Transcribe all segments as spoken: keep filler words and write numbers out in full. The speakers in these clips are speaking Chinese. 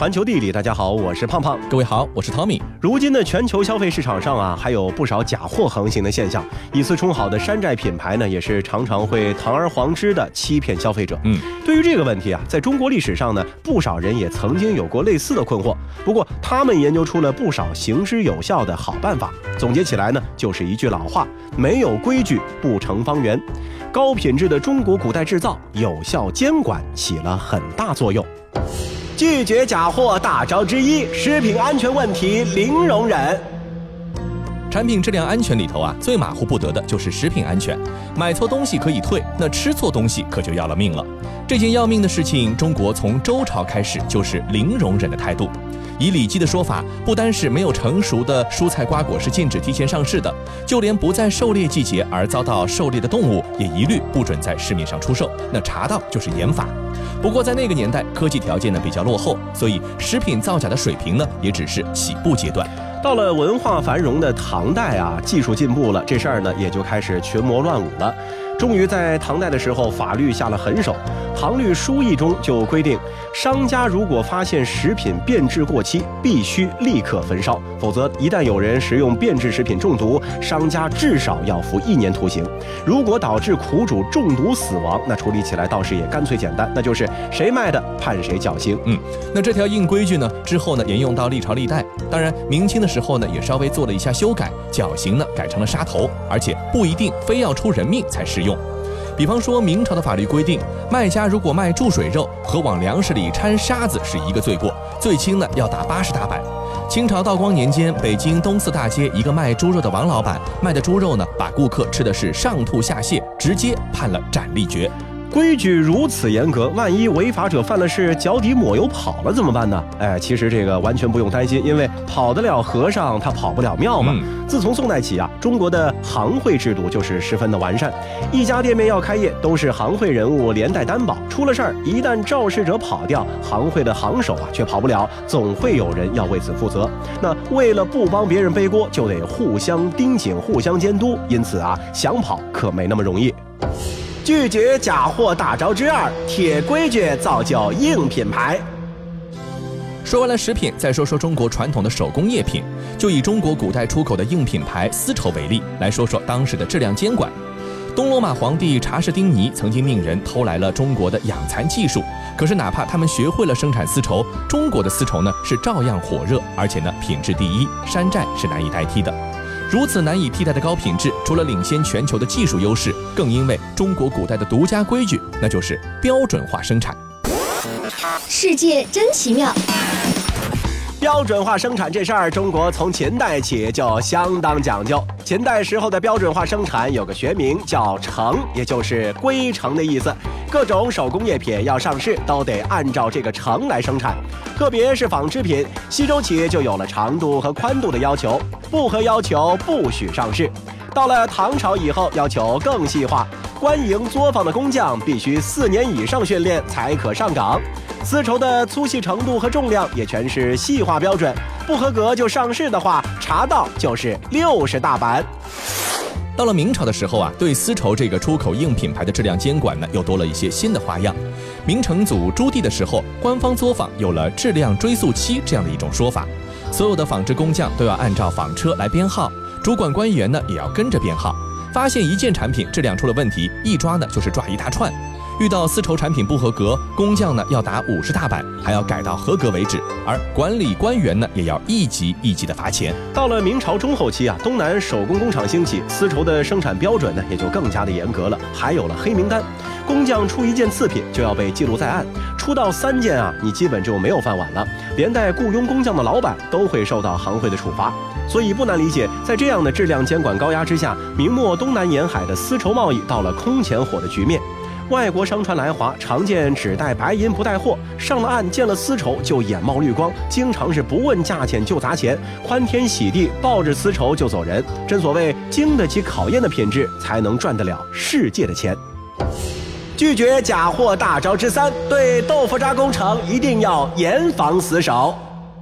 环球地理，大家好，我是胖胖。 各位好，我是 Tommy。 如今的全球消费市场上啊，还有不少假货横行的现象。以次充好的山寨品牌呢，也是常常会堂而皇之的欺骗消费者。 嗯， 对于这个问题啊，在中国历史上呢，不少人也曾经有过类似的困惑。不过，他们研究出了不少行之有效的好办法。总结起来呢，就是一句老话：没有规矩不成方圆。高品质的中国古代制造，有效监管起了很大作用。拒绝假货大招之一，食品安全问题零容忍。 产品质量安全里头啊，最马虎不得的就是食品安全。买错东西可以退，那吃错东西可就要了命了。这件要命的事情，中国从周朝开始就是零容忍的态度。以《礼记》的说法，不单是没有成熟的蔬菜瓜果是禁止提前上市的，就连不在狩猎季节而遭到狩猎的动物，也一律不准在市面上出售。那查到就是严罚。不过在那个年代，科技条件呢比较落后，所以食品造假的水平呢也只是起步阶段。 到了文化繁荣的唐代啊，技术进步了，这事儿呢也就开始群魔乱舞了。终于在唐代的时候，法律下了狠手。唐律疏议中就规定，商家如果发现食品变质过期，必须立刻焚烧，否则一旦有人食用变质食品中毒，商家至少要服一年徒刑。如果导致苦主中毒死亡，那处理起来倒是也干脆简单，那就是谁卖的判谁绞刑。 嗯，那这条硬规矩呢，之后呢沿用到历朝历代。当然，明清的时候呢也稍微做了一下修改，绞刑呢改成了杀头，而且不一定非要出人命才适用。比方说明朝的法律规定，卖家如果卖注水肉和往粮食里掺沙子是一个罪过，最轻呢要打八十大板。清朝道光年间，北京东四大街一个卖猪肉的王老板卖的猪肉呢，把顾客吃的是上吐下泻，直接判了斩立决。 规矩如此严格，万一违法者犯了事，脚底抹油跑了怎么办呢？哎，其实这个完全不用担心，因为跑得了和尚，他跑不了庙嘛。嗯、自从宋代起啊，中国的行会制度就是十分的完善。一家店面要开业，都是行会人物连带担保，出了事儿，一旦肇事者跑掉，行会的行手啊却跑不了，总会有人要为此负责。那为了不帮别人背锅，就得互相盯紧、互相监督，因此啊，想跑可没那么容易。拒绝假货大招之二，铁规矩造就硬品牌。 说完了食品，再说说中国传统的手工业品。就以中国古代出口的硬品牌丝绸为例，来说说当时的质量监管。东罗马皇帝查士丁尼曾经命人偷来了中国的养蚕技术，可是哪怕他们学会了生产丝绸，中国的丝绸呢是照样火热，而且呢品质第一，山寨是难以代替的。如此难以替代的高品质，除了领先全球的技术优势，更因为中国古代的独家规矩，那就是标准化生产。 世界真奇妙。 标准化生产这事儿，中国从秦代起就相当讲究。秦代时候的标准化生产有个学名叫程，也就是规程的意思。各种手工业品要上市，都得按照这个程来生产。特别是纺织品，西周起就有了长度和宽度的要求，不合要求不许上市。到了唐朝以后，要求更细化，官营作坊的工匠必须四年以上训练才可上岗。丝绸的粗细程度和重量也全是细化标准，不合格就上市的话，查到就是六十大板。 到了明朝的时候啊，对丝绸这个出口硬品牌的质量监管呢，又多了一些新的花样。明成祖朱棣的时候，官方作坊有了质量追溯期这样的一种说法，所有的纺织工匠都要按照纺车来编号，主管官员呢也要跟着编号。发现一件产品质量出了问题，一抓呢就是抓一大串。遇到丝绸产品不合格，工匠呢要打五十大板，还要改到合格为止，而管理官员呢也要一级一级的罚钱。 到了明朝中后期啊，东南手工工厂兴起，丝绸的生产标准呢也就更加的严格了，还有了黑名单，工匠出一件次品就要被记录在案，出到三件啊，你基本就没有饭碗了，连带雇佣工匠的老板都会受到行会的处罚。所以不难理解，在这样的质量监管高压之下，明末东南沿海的丝绸贸易到了空前火的局面。外国商船来华，常见只带白银不带货，上了岸见了丝绸就眼冒绿光，经常是不问价钱就砸钱，欢天喜地抱着丝绸就走人。真所谓经得起考验的品质，才能赚得了世界的钱。拒绝假货大招之三，对豆腐渣工程一定要严防死守。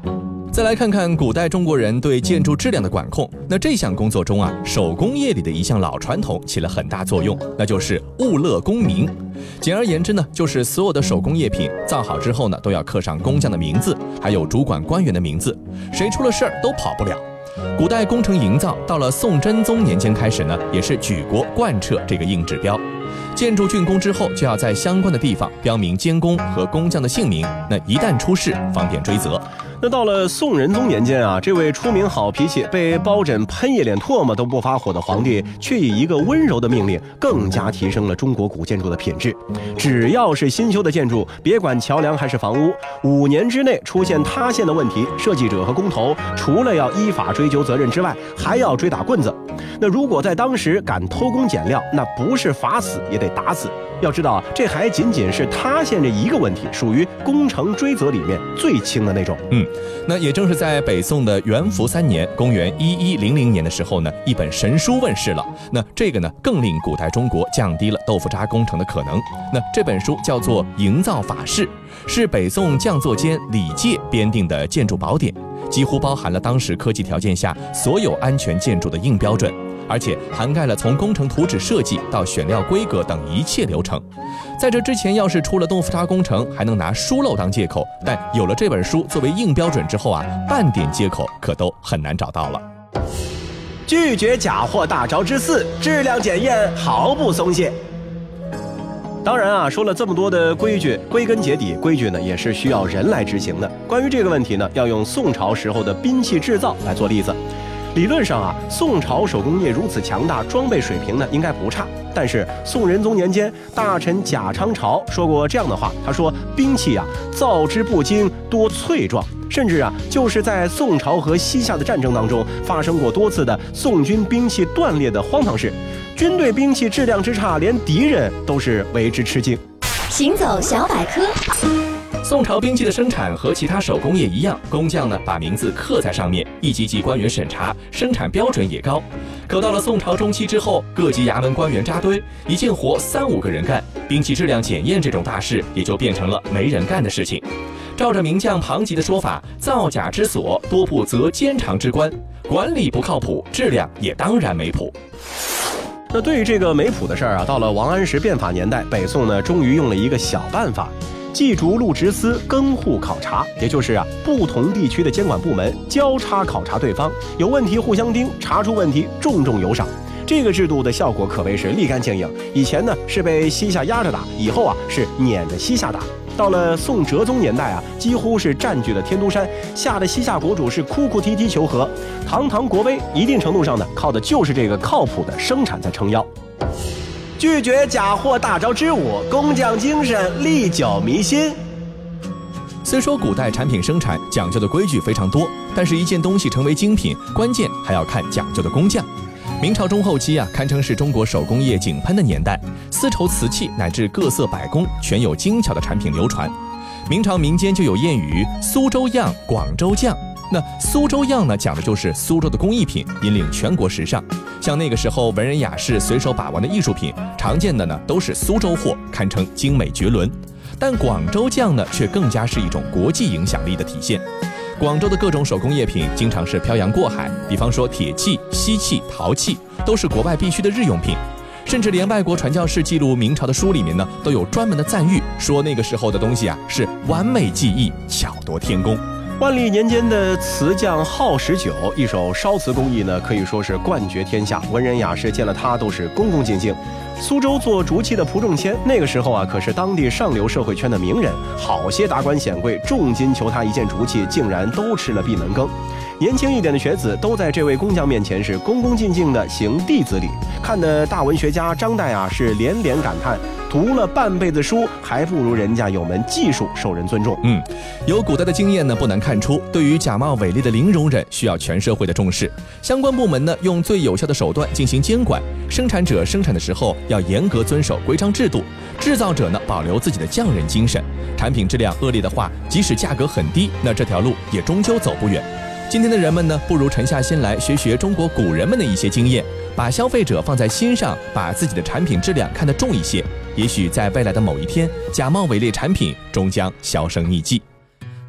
再来看看古代中国人对建筑质量的管控，那这项工作中啊，手工业里的一项老传统起了很大作用，那就是物勒功名。简而言之呢，就是所有的手工业品造好之后呢，都要刻上工匠的名字，还有主管官员的名字，谁出了事儿都跑不了。古代工程营造到了宋真宗年间开始呢，也是举国贯彻这个硬指标。建筑竣工之后，就要在相关的地方标明监工和工匠的姓名，那一旦出事，方便追责。 那到了宋仁宗年间啊，这位出名好脾气、被包拯喷一脸唾沫都不发火的皇帝，却以一个温柔的命令，更加提升了中国古建筑的品质。只要是新修的建筑，别管桥梁还是房屋，五年之内出现塌陷的问题，设计者和工头除了要依法追究责任之外，还要追打棍子。那如果在当时敢偷工减料，那不是罚死也得打死。要知道，这还仅仅是塌陷这一个问题，属于工程追责里面最轻的那种。 嗯，那也正是在北宋的元符三年，公元一一零零年的时候呢，一本神书问世了。那这个呢，更令古代中国降低了豆腐渣工程的可能。那这本书叫做《营造法式》，是北宋匠作监李介编定的建筑宝典，几乎包含了当时科技条件下所有安全建筑的硬标准。而且涵盖了从工程图纸设计到选料规格等一切流程。在这之前，要是出了豆腐渣工程，还能拿疏漏当借口，但有了这本书作为硬标准之后啊，半点借口可都很难找到了。 拒绝假货大招之四，质量检验毫不松懈。当然啊，说了这么多的规矩，归根结底，规矩呢也是需要人来执行的。关于这个问题呢，要用宋朝时候的兵器制造来做例子。理论上啊，宋朝手工业如此强大，装备水平呢应该不差。但是宋仁宗年间，大臣贾昌朝说过这样的话，他说：“兵器啊，造之不精，多脆壮。”甚至啊，就是在宋朝和西夏的战争当中，发生过多次的宋军兵器断裂的荒唐事。军队兵器质量之差，连敌人都是为之吃惊。 行走小百科。 宋朝兵器的生产和其他手工业一样，工匠呢把名字刻在上面，一级级官员审查，生产标准也高。可到了宋朝中期之后，各级衙门官员扎堆，一件活三五个人干，兵器质量检验这种大事也就变成了没人干的事情。照着名将庞吉的说法，造假之所多不责监察之官，管理不靠谱，质量也当然没谱。 那对于这个没谱的事儿啊，到了王安石变法年代，北宋呢终于用了一个小办法。祭逐录执司更户考察，也就是啊，不同地区的监管部门交叉考察对方，有问题互相盯，查出问题重重有赏。这个制度的效果可谓是立竿见影。以前呢是被西夏压着打，以后啊是撵着西夏打。到了宋哲宗年代啊，几乎是占据了天都山，吓得西夏国主是哭哭啼啼求和。堂堂国威，一定程度上呢，靠的就是这个靠谱的生产在撑腰。拒绝假货大招之五，工匠精神历久弥新。 虽说古代产品生产讲究的规矩非常多，但是一件东西成为精品，关键还要看讲究的工匠。明朝中后期啊，堪称是中国手工业井喷的年代，丝绸、瓷器乃至各色百工，全有精巧的产品流传。明朝民间就有谚语“苏州样，广州匠”。那苏州样呢，讲的就是苏州的工艺品，引领全国时尚。像那个时候文人雅士随手把玩的艺术品，常见的呢都是苏州货，堪称精美绝伦。但广州匠呢，却更加是一种国际影响力的体现。广州的各种手工业品经常是漂洋过海，比方说铁器、锡器、陶器，都是国外必须的日用品。甚至连外国传教士记录明朝的书里面呢，都有专门的赞誉，说那个时候的东西啊是完美技艺，巧夺天工。 万历年间的瓷匠耗时久，一手烧瓷工艺呢，可以说是冠绝天下，文人雅士见了他都是恭恭敬敬。苏州做竹器的蒲仲谦，那个时候啊，可是当地上流社会圈的名人，好些达官显贵重金求他一件竹器，竟然都吃了闭门羹。年轻一点的学子都在这位工匠面前是恭恭敬敬的行弟子礼，看的大文学家张岱啊是连连感叹，读了半辈子书，还不如人家有门技术受人尊重。 嗯，有古代的经验呢，不难看出，对于假冒伪劣的零容忍，需要全社会的重视。相关部门呢，用最有效的手段进行监管。生产者生产的时候要严格遵守规章制度，制造者呢保留自己的匠人精神。产品质量恶劣的话，即使价格很低，那这条路也终究走不远。今天的人们呢，不如沉下心来学学中国古人们的一些经验，把消费者放在心上，把自己的产品质量看得重一些。也许在未来的某一天，假冒伪劣产品终将销声匿迹。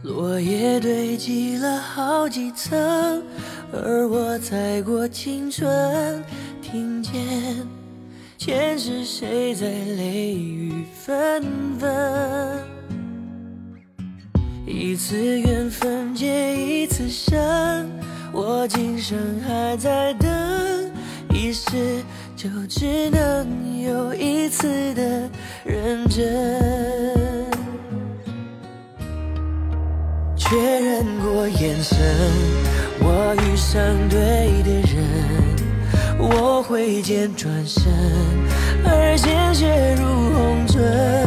落叶堆积了好几层，而我踩过青春，听见前世谁在泪雨纷纷。一次缘分结一次生，我今生还在等，一世就只能有一次的认真。确认过眼神，我遇上对的人，我挥剑转身，而鲜血如红唇。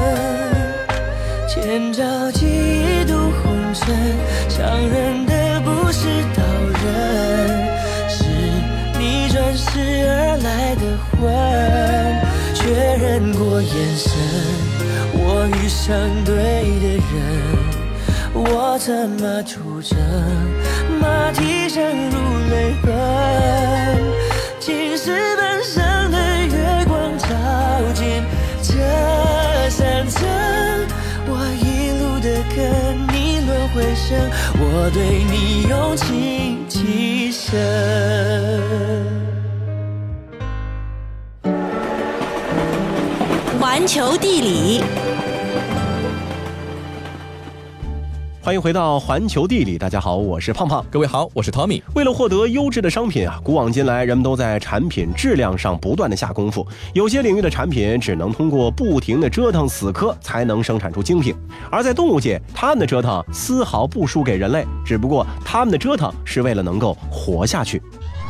千朝记忆渡红尘，伤人的不是刀刃，是你转世而来的魂。确认过眼神，我遇上对的人，我策马出征，马蹄声如泪奔。今世本生的月光照进这山城，我一路的跟你轮回声，我对你用情极深。 环球地理。 欢迎回到环球地理，大家好，我是胖胖。 各位好，我是 Tommy。 为了获得优质的商品啊，古往今来人们都在产品质量上不断的下功夫。有些领域的产品只能通过不停的折腾死磕才能生产出精品，而在动物界，他们的折腾丝毫不输给人类，只不过他们的折腾是为了能够活下去。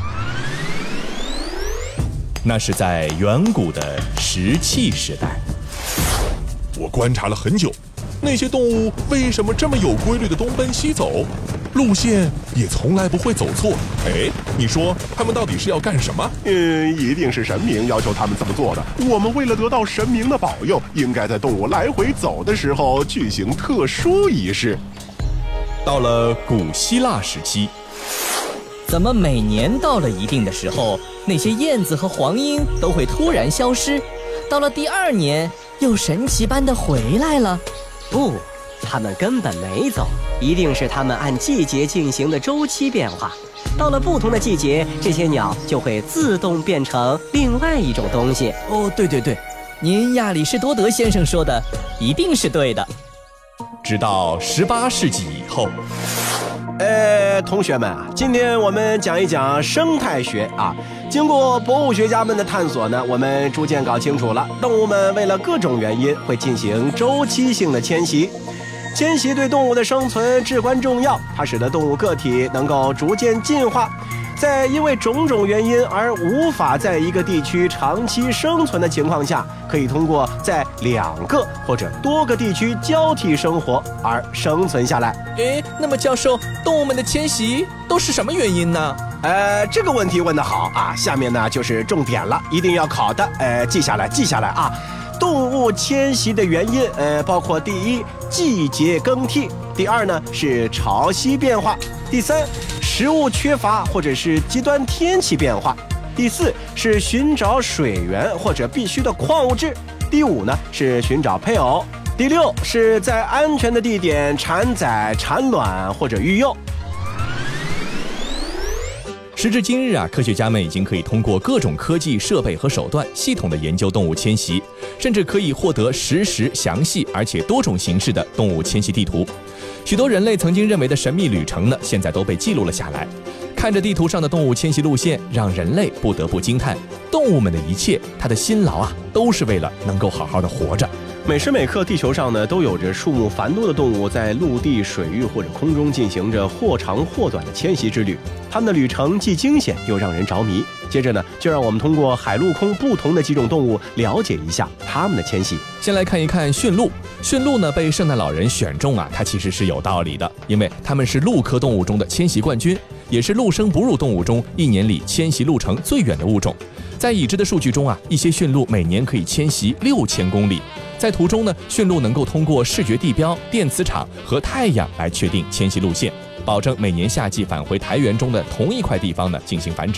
那是在远古的石器时代， 我观察了很久，那些动物为什么这么有规律的东奔西走，路线也从来不会走错？哎，你说他们到底是要干什么？ 嗯，一定是神明要求他们这么做的。我们为了得到神明的保佑，应该在动物来回走的时候举行特殊仪式。 到了古希腊时期， 怎么每年到了一定的时候，那些燕子和黄莺都会突然消失，到了第二年又神奇般的回来了？ 不，他们根本没走，一定是他们按季节进行的周期变化。到了不同的季节，这些鸟就会自动变成另外一种东西。 哦，对对对，您亚里士多德先生说的一定是对的。 直到十八世纪以后， 呃，同学们啊，今天我们讲一讲生态学啊。经过博物学家们的探索呢，我们逐渐搞清楚了，动物们为了各种原因会进行周期性的迁徙。迁徙对动物的生存至关重要，它使得动物个体能够逐渐进化。在因为种种原因而无法在一个地区长期生存的情况下，可以通过在两个或者多个地区交替生活而生存下来。 诶，那么教授，动物们的迁徙都是什么原因呢？ 呃，这个问题问得好啊，下面呢就是重点了，一定要考的，呃，记下来，记下来啊。动物迁徙的原因，呃，包括第一，季节更替；第二呢是潮汐变化；第三，食物缺乏或者是极端天气变化；第四是寻找水源或者必须的矿物质；第五呢是寻找配偶；第六是在安全的地点产崽、产卵或者育幼。 时至今日啊，科学家们已经可以通过各种科技设备和手段，系统的研究动物迁徙，甚至可以获得实时、详细而且多种形式的动物迁徙地图。许多人类曾经认为的神秘旅程呢，现在都被记录了下来。看着地图上的动物迁徙路线，让人类不得不惊叹，动物们的一切，它的辛劳啊，都是为了能够好好的活着。 每时每刻，地球上呢都有着数目繁多的动物在陆地、水域或者空中进行着或长或短的迁徙之旅，它们的旅程既惊险又让人着迷。接着呢，就让我们通过海陆空不同的几种动物了解一下它们的迁徙。 先来看一看驯鹿。驯鹿呢被圣诞老人选中啊，它其实是有道理的，因为它们是鹿科动物中的迁徙冠军，也是陆生哺乳动物中一年里迁徙路程最远的物种。在已知的数据中啊，一些驯鹿每年可以迁徙六千公里。在途中呢，驯鹿能够通过视觉地标、电磁场和太阳来确定迁徙路线，保证每年夏季返回苔原中的同一块地方呢进行繁殖。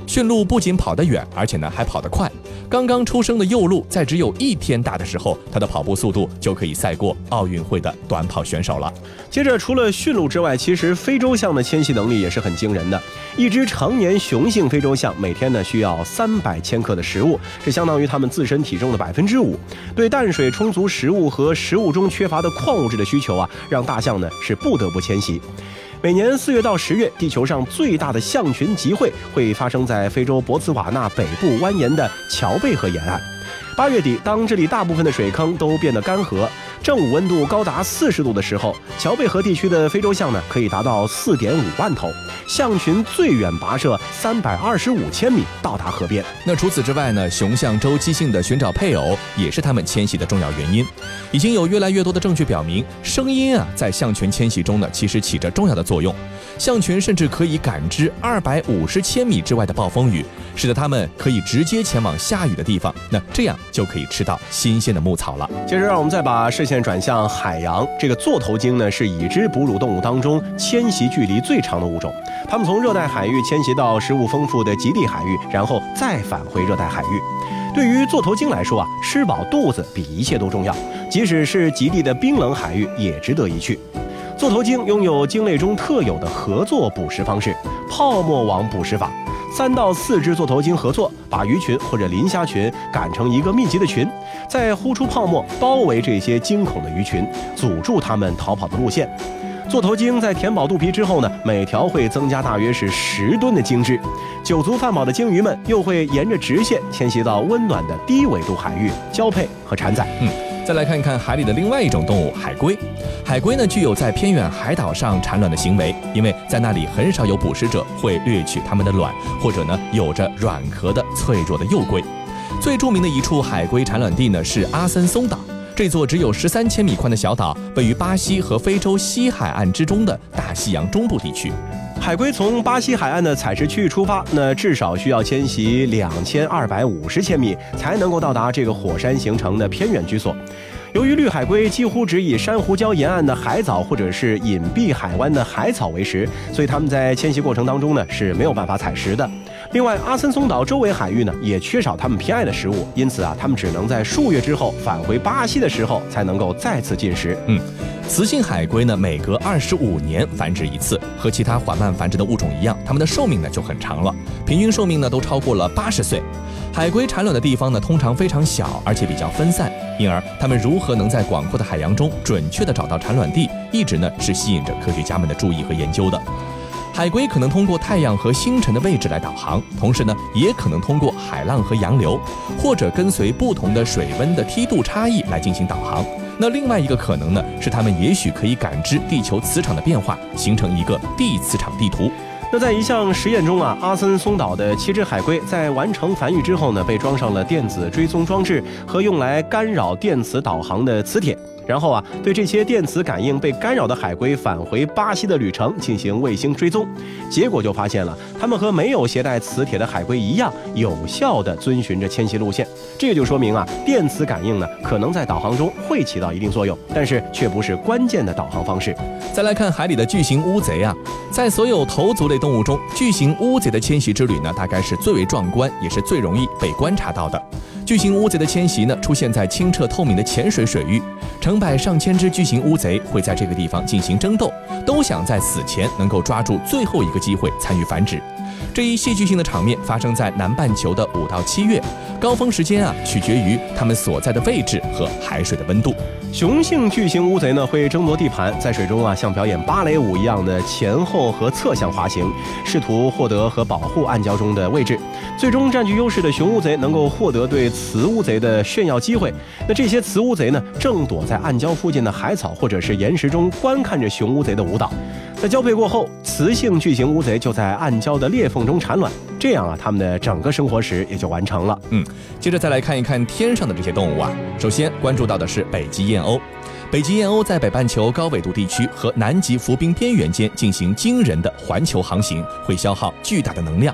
驯鹿不仅跑得远，而且呢还跑得快。刚刚出生的幼鹿在只有一天大的时候，它的跑步速度就可以赛过奥运会的短跑选手了。 接着，除了驯鹿之外，其实非洲象的迁徙能力也是很惊人的。一只成年雄性非洲象每天呢需要三百千克的食物，这相当于它们自身体重的百分之五。对淡水充足食物和食物中缺乏的矿物质的需求啊，让大象呢是不得不迁徙。每年四月到十月，地球上最大的象群集会会发生在非洲博茨瓦纳北部蜿蜒的乔贝河沿岸。八月底，当这里大部分的水坑都变得干涸，正午温度高达四十度的时候，乔贝河地区的非洲象呢可以达到四点五万头，象群最远跋涉三百二十五千米到达河边。 那除此之外呢，雄象周期性的寻找配偶也是它们迁徙的重要原因。已经有越来越多的证据表明，声音啊在象群迁徙中呢其实起着重要的作用。象群甚至可以感知二百五十千米之外的暴风雨，使得它们可以直接前往下雨的地方，那这样就可以吃到新鲜的牧草了。 接着让我们再把视线转向海洋。这个座头鲸呢是已知哺乳动物当中迁徙距离最长的物种，它们从热带海域迁徙到食物丰富的极地海域，然后再返回热带海域。对于座头鲸来说啊，吃饱肚子比一切都重要，即使是极地的冰冷海域也值得一去。座头鲸拥有鲸类中特有的合作捕食方式——泡沫网捕食法。三到四只座头鲸合作，把鱼群或者磷虾群赶成一个密集的群，再呼出泡沫包围这些惊恐的鱼群，阻住它们逃跑的路线。座头鲸在填饱肚皮之后呢，每条会增加大约是十吨的鲸脂。酒足饭饱的鲸鱼们又会沿着直线迁徙到温暖的低纬度海域交配和产崽。 嗯。再来看看海里的另外一种动物——海龟。海龟呢，具有在偏远海岛上产卵的行为，因为在那里很少有捕食者会掠取它们的卵，或者呢有着软壳的脆弱的幼龟。最著名的一处海龟产卵地呢是阿森松岛，这座只有十三千米宽的小岛位于巴西和非洲西海岸之中的大西洋中部地区。 海龟从巴西海岸的采食区域出发，那至少需要迁徙两千二百五十千米才能够到达这个火山形成的偏远居所。由于绿海龟几乎只以珊瑚礁沿岸的海藻或者是隐蔽海湾的海草为食，所以它们在迁徙过程当中呢是没有办法采食的。另外，阿森松岛周围海域呢也缺少它们偏爱的食物，因此啊，它们只能在数月之后返回巴西的时候才能够再次进食。 嗯，雌性海龟呢每隔二十五年繁殖一次，和其他缓慢繁殖的物种一样，它们的寿命呢就很长了，平均寿命呢都超过了八十岁。海龟产卵的地方呢通常非常小，而且比较分散，因而它们如何能在广阔的海洋中准确地找到产卵地，一直呢是吸引着科学家们的注意和研究的。海龟可能通过太阳和星辰的位置来导航，同时呢也可能通过海浪和洋流，或者跟随不同的水温的梯度差异来进行导航。那另外一个可能呢是它们也许可以感知地球磁场的变化，形成一个地磁场地图。 那在一项实验中啊，阿森松岛的七只海龟在完成繁育之后呢，被装上了电子追踪装置和用来干扰电磁导航的磁铁。然后啊，对这些电磁感应被干扰的海龟返回巴西的旅程进行卫星追踪，结果就发现了，它们和没有携带磁铁的海龟一样，有效地遵循着迁徙路线。这个就说明啊，电磁感应呢，可能在导航中会起到一定作用，但是却不是关键的导航方式。 再来看海里的巨型乌贼啊，在所有头足类动物中，巨型乌贼的迁徙之旅呢，大概是最为壮观，也是最容易被观察到的。巨型乌贼的迁徙呢，出现在清澈透明的浅水水域，成百上千只巨型乌贼会在这个地方进行争斗，都想在死前能够抓住最后一个机会参与繁殖。这一戏剧性的场面发生在南半球的五到七月，高峰时间啊取决于它们所在的位置和海水的温度。 雄性巨型乌贼呢会争夺地盘，在水中啊像表演芭蕾舞一样的前后和侧向滑行，试图获得和保护暗礁中的位置。最终占据优势的雄乌贼能够获得对雌乌贼的炫耀机会。那这些雌乌贼呢正躲在暗礁附近的海草或者是岩石中观看着雄乌贼的舞蹈。在交配过后，雌性巨型乌贼就在暗礁的裂缝中产卵，这样啊，它们的整个生活史也就完成了。 嗯，接着再来看一看天上的这些动物啊。首先关注到的是北极燕鸥。北极燕鸥在北半球高纬度地区和南极浮冰边缘间进行惊人的环球航行，会消耗巨大的能量。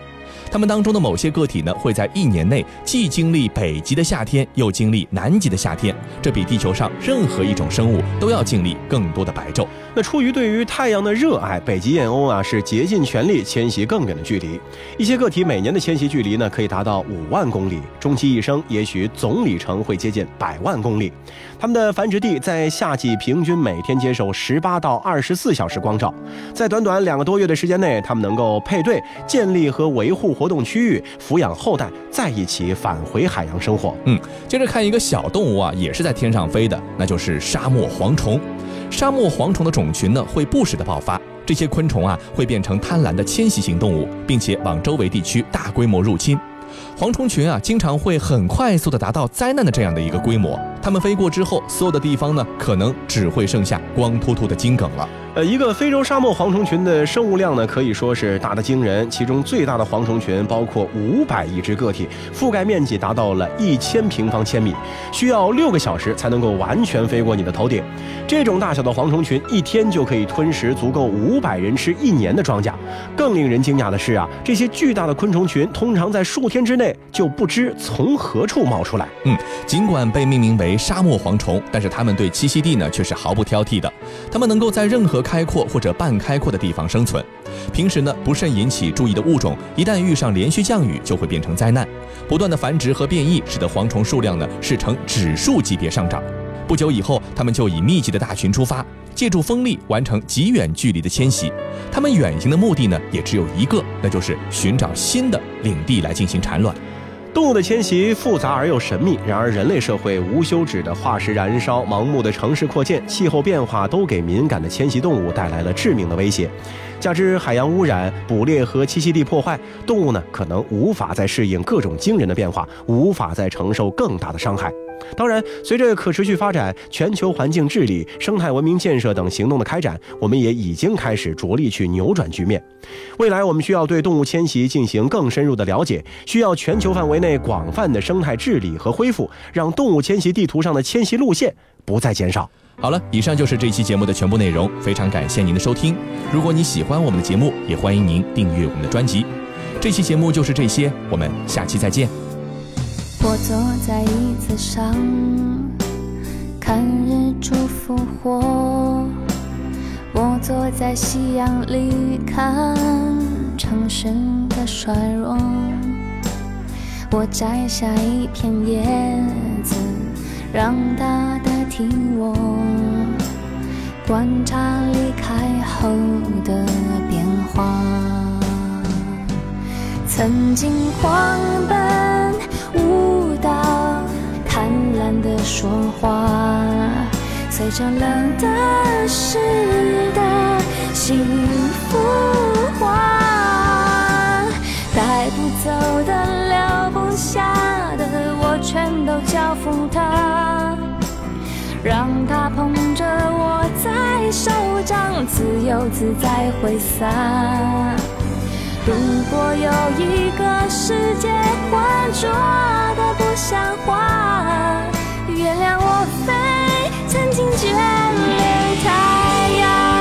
它们当中的某些个体呢，会在一年内既经历北极的夏天，又经历南极的夏天，这比地球上任何一种生物都要经历更多的白昼。 那出于对于太阳的热爱，北极燕鸥啊是竭尽全力迁徙更远的距离。一些个体每年的迁徙距离呢，可以达到五万公里，终其一生，也许总里程会接近百万公里。它们的繁殖地在夏季平均每天接受十八到二十四小时光照，在短短两个多月的时间内，它们能够配对、建立和维护活动区域，抚养后代，再一起返回海洋生活。 嗯，接着看一个小动物啊，也是在天上飞的，那就是沙漠蝗虫。沙漠蝗虫的种群呢，会不时的爆发。这些昆虫啊，会变成贪婪的迁徙型动物，并且往周围地区大规模入侵。蝗虫群啊，经常会很快速的达到灾难的这样的一个规模。它们飞过之后，所有的地方呢，可能只会剩下光秃秃的茎梗了。 呃，一个非洲沙漠蝗虫群的生物量呢，可以说是大得惊人。其中最大的蝗虫群包括五百亿只个体，覆盖面积达到了一千平方千米，需要六个小时才能够完全飞过你的头顶。这种大小的蝗虫群一天就可以吞食足够五百人吃一年的庄稼。更令人惊讶的是啊，这些巨大的昆虫群通常在数天之内就不知从何处冒出来。 嗯，尽管被命名为沙漠蝗虫，但是它们对栖息地呢却是毫不挑剔的。它们能够在任何开阔或者半开阔的地方生存。平时呢不慎引起注意的物种，一旦遇上连续降雨，就会变成灾难。不断的繁殖和变异，使得蝗虫数量呢是呈指数级别上涨。不久以后，它们就以密集的大群出发，借助风力完成极远距离的迁徙。它们远行的目的呢也只有一个，那就是寻找新的领地来进行产卵。 动物的迁徙复杂而又神秘，然而人类社会无休止的化石燃烧、盲目的城市扩建、气候变化都给敏感的迁徙动物带来了致命的威胁。加之海洋污染、捕猎和栖息地破坏，动物呢可能无法再适应各种惊人的变化，无法再承受更大的伤害。当然，随着可持续发展、全球环境治理、生态文明建设等行动的开展，我们也已经开始着力去扭转局面。未来我们需要对动物迁徙进行更深入的了解，需要全球范围内广泛的生态治理和恢复，让动物迁徙地图上的迁徙路线不再减少。 好了，以上就是这期节目的全部内容，非常感谢您的收听。如果你喜欢我们的节目，也欢迎您订阅我们的专辑。这期节目就是这些，我们下期再见。 我坐在椅子上，看日出复活。我坐在夕阳里，看城市的衰弱。我摘下一片叶子，让它代替我，观察离开后的变化。曾经狂奔舞蹈，贪婪的说话，随着冷的湿的幸福化，带不走的留不下的，我全都交付他，让他捧着我在手掌，自由自在挥洒。如果有一个世界浑浊的不像话，原谅我飞，曾经眷恋太阳。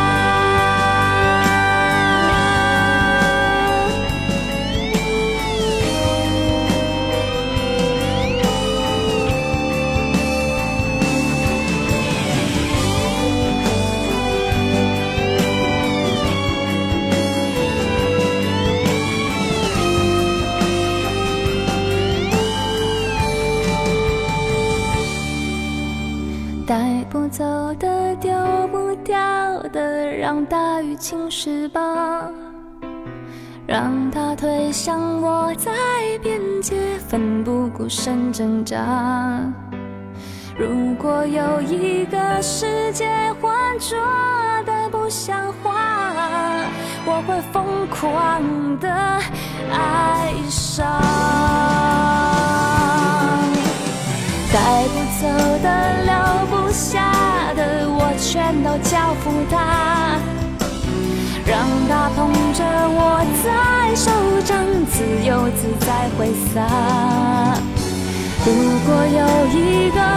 带不走的，丢不掉的，让大雨侵蚀吧，让它推向我在边界，奋不顾身挣扎。如果有一个世界浑浊的不像话，我会疯狂的爱上。带不走的，留不下的，我全都交付他，让他捧着我在手掌，自由自在挥洒。如果有一个